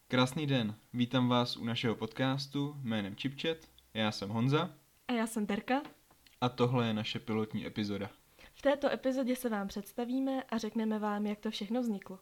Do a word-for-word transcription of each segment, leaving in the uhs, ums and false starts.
Krásný den, vítám vás u našeho podcastu jménem ChipChat. Já jsem Honza. A já jsem Terka. A tohle je naše pilotní epizoda. V této epizodě se vám představíme a řekneme vám, jak to všechno vzniklo.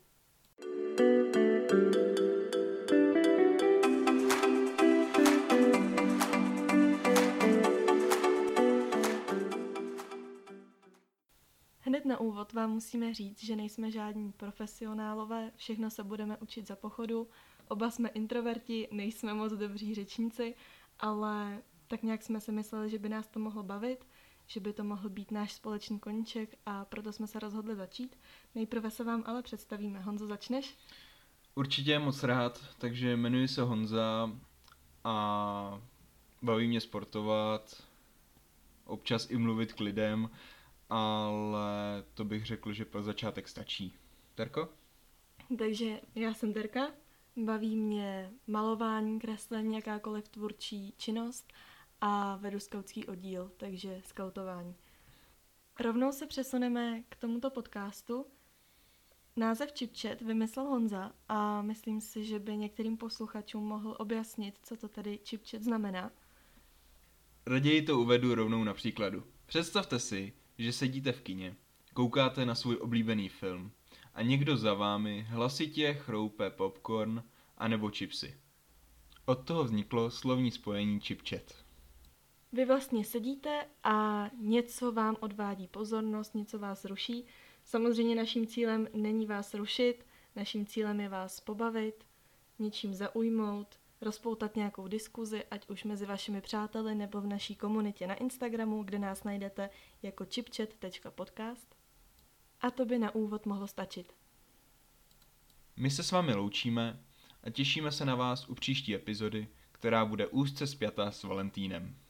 Hned na úvod vám musíme říct, že nejsme žádní profesionálové, všechno se budeme učit za pochodu. Oba jsme introverti, nejsme moc dobří řečníci, ale tak nějak jsme si mysleli, že by nás to mohlo bavit, že by to mohl být náš společný koníček a proto jsme se rozhodli začít. Nejprve se vám ale představíme. Honzo, začneš? Určitě moc rád, takže jmenuji se Honza a baví mě sportovat, občas i mluvit k lidem, ale to bych řekl, že pro začátek stačí. Terko? Takže já jsem Terka, baví mě malování, kreslení, jakákoliv tvůrčí činnost a vedu skautský oddíl, takže skautování. Rovnou se přesuneme k tomuto podcastu. Název ChipChat vymyslel Honza a myslím si, že by některým posluchačům mohl objasnit, co to tady ChipChat znamená. Raději to uvedu rovnou na příkladu. Představte si, že sedíte v kině, koukáte na svůj oblíbený film a někdo za vámi hlasitě chroupe popcorn anebo chipsy. Od toho vzniklo slovní spojení ChipChat. Vy vlastně sedíte a něco vám odvádí pozornost, něco vás ruší. Samozřejmě naším cílem není vás rušit, naším cílem je vás pobavit, něčím zaujmout, rozpoutat nějakou diskuzi, ať už mezi vašimi přáteli nebo v naší komunitě na Instagramu, kde nás najdete jako chipchat tečka podcast. A to by na úvod mohlo stačit. My se s vámi loučíme a těšíme se na vás u příští epizody, která bude úzce spjatá s Valentínem.